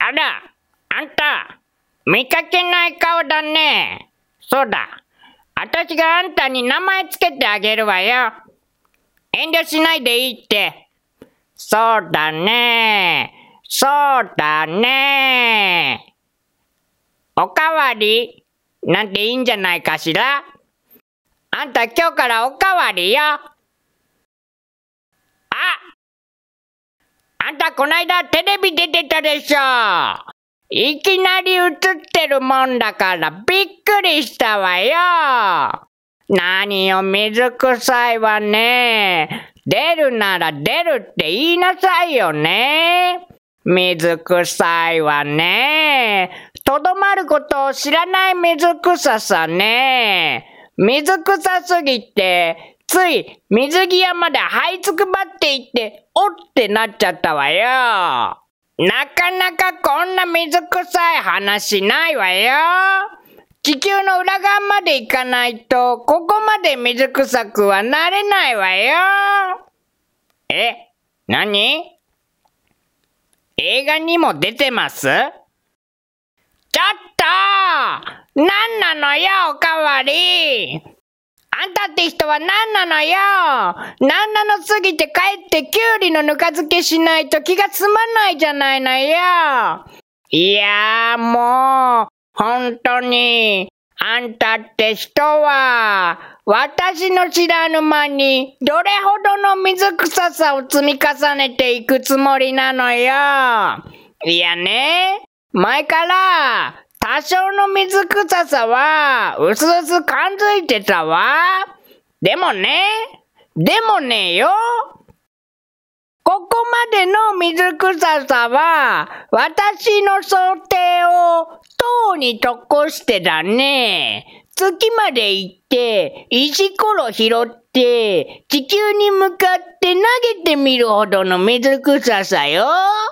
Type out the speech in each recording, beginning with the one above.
あら、あんた、見かけない顔だね。そうだ、私があんたに名前つけてあげるわよ。遠慮しないでいいって。そうだね。そうだね。おかわりなんていいんじゃないかしら。あんた今日からおかわりよ。あんたこないだテレビ出てたでしょ。いきなり映ってるもんだからびっくりしたわよ。何よ水臭いわね。出るなら出るって言いなさいよね。水臭いわね。とどまることを知らない水臭さね。水臭すぎて、つい水際まで這いつくばっていって、おってなっちゃったわよ。なかなかこんな水臭い話ないわよ。地球の裏側まで行かないと、ここまで水臭くはなれないわよ。何？映画にも出てます？ちょっと！なんなのよ、おかわり！あんたって人は何なのよ。なんなのすぎて帰ってキュウリのぬか漬けしないと気が済まないじゃないのよ。いやーもう、本当に、あんたって人は、私の知らぬ間にどれほどの水臭さを積み重ねていくつもりなのよ。いやね、前から多少の水臭さはうすうす感づいてたわ。でもねよ。ここまでの水臭さは私の想定をとうに突越してだね。月まで行って石ころ拾って地球に向かって投げてみるほどの水臭さよ。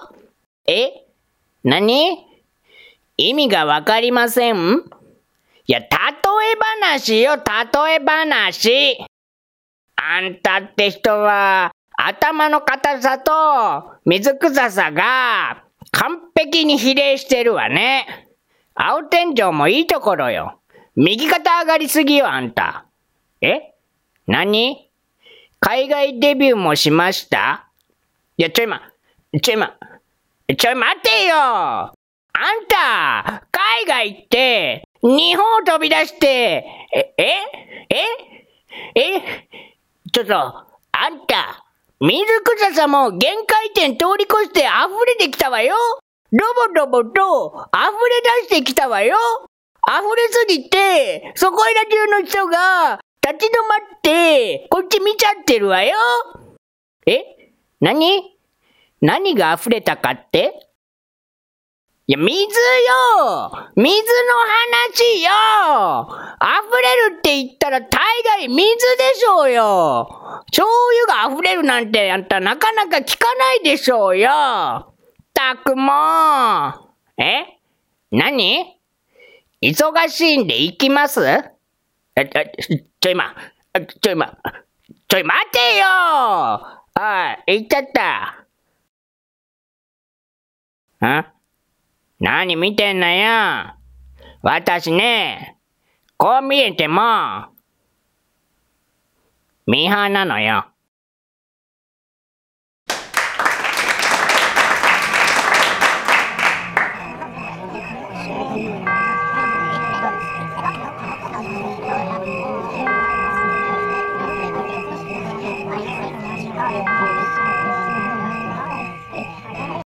何？意味がわかりません？いや、例え話よ、例え話。あんたって人は、頭の硬さと水臭さが完璧に比例してるわね。青天井もいいところよ。右肩上がりすぎよ、あんた。何？海外デビューもしました？いや、ちょい待てよ。あんた、海外行って、日本を飛び出して、ちょっと、あんた、水臭さも限界点通り越して溢れてきたわよ。ロボと溢れ出してきたわよ。溢れすぎて、そこいら中の人が立ち止まって、こっち見ちゃってるわよ。何が溢れたかって？いや、水よ！水の話よ！溢れるって言ったら大概水でしょうよ！醤油が溢れるなんてあんたなかなか聞かないでしょうよ！たくも何？忙しいんで行きます？ちょい待てよ！行っちゃった。何見てんのよ。私ね、こう見えても、ミーハーなのよ。